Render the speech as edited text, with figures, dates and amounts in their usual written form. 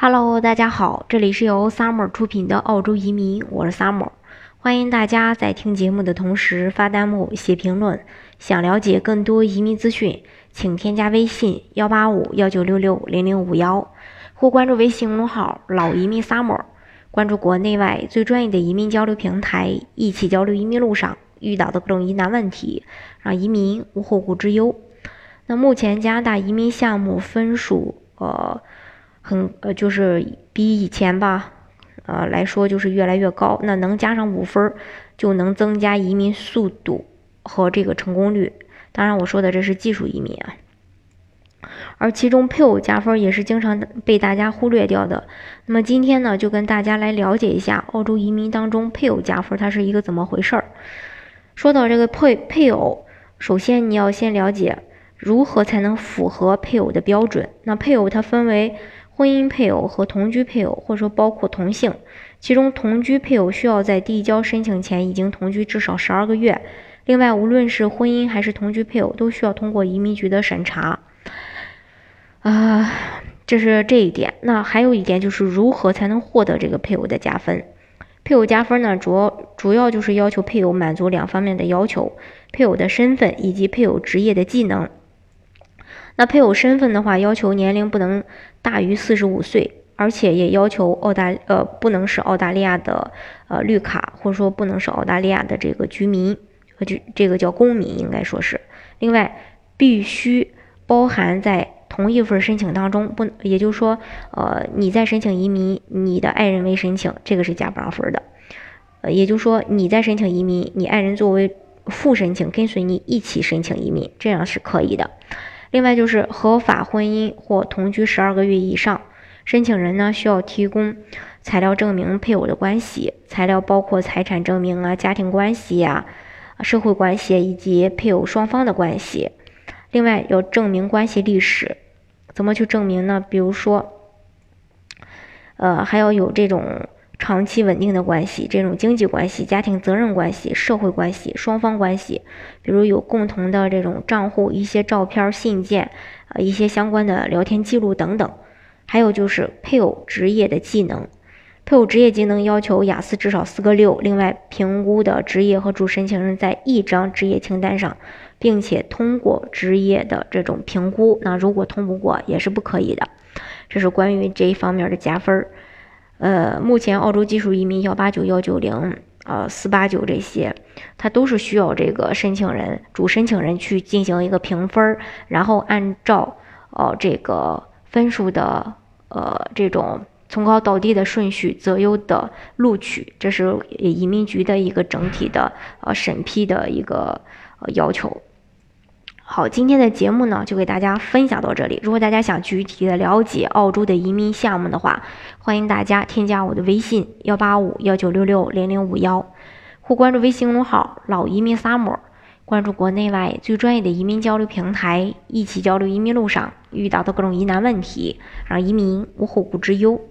Hello，大家好，这里是由 Summer 出品的澳洲移民，我是 Summer，欢迎大家在听节目的同时发弹幕、写评论。想了解更多移民资讯，请添加微信18519660051，或关注微信公众号老移民 Summer， 关注国内外最专业的移民交流平台，一起交流移民路上遇到的各种疑难问题，让移民无后顾之忧。那目前加拿大移民项目分数就是比以前吧来说就是越来越高，那能加上5分就能增加移民速度和这个成功率。当然我说的这是技术移民啊，而其中配偶加分也是经常被大家忽略掉的。那么今天呢，就跟大家来了解一下澳洲移民当中配偶加分它是一个怎么回事儿。说到这个配偶，首先你要先了解如何才能符合配偶的标准。那配偶它分为婚姻配偶和同居配偶，或者说包括同性。其中同居配偶需要在递交申请前已经同居至少12个月。另外，无论是婚姻还是同居配偶，都需要通过移民局的审查。这是这一点。那还有一点就是如何才能获得这个配偶的加分。配偶加分呢，主要就是要求配偶满足2方面的要求：配偶的身份以及配偶职业的技能。那配偶身份的话，要求年龄不能大于45岁，而且也要求不能是澳大利亚的绿卡，或者说不能是澳大利亚的这个居民，这个叫公民应该说是。另外，必须包含在同一份申请当中，也就是说，你在申请移民，你的爱人为申请，这个是加不上分的。也就是说，你在申请移民，你爱人作为副申请，跟随你一起申请移民，这样是可以的。另外就是合法婚姻或同居12个月以上，申请人呢需要提供材料证明配偶的关系，材料包括财产证明啊、家庭关系啊、社会关系以及配偶双方的关系。另外要证明关系历史，怎么去证明呢？比如说，还要有这种长期稳定的关系，这种经济关系、家庭责任关系、社会关系、双方关系，比如有共同的这种账户、一些照片、信件，一些相关的聊天记录等等。还有就是配偶职业的技能，配偶职业技能要求雅思至少4个6，另外评估的职业和主申请人在一张职业清单上，并且通过职业的这种评估，那如果通不过也是不可以的。这是关于这一方面的加分。目前澳洲技术移民189、190、489这些，它都是需要这个主申请人去进行一个评分，然后按照这个分数的这种从高到低的顺序择优的录取，这是移民局的一个整体的审批的一个要求。好，今天的节目呢就给大家分享到这里。如果大家想具体的了解澳洲的移民项目的话，欢迎大家添加我的微信18519660051，或关注微信公众号老移民 Summer， 关注国内外最专业的移民交流平台，一起交流移民路上遇到的各种疑难问题，让移民无后顾之忧。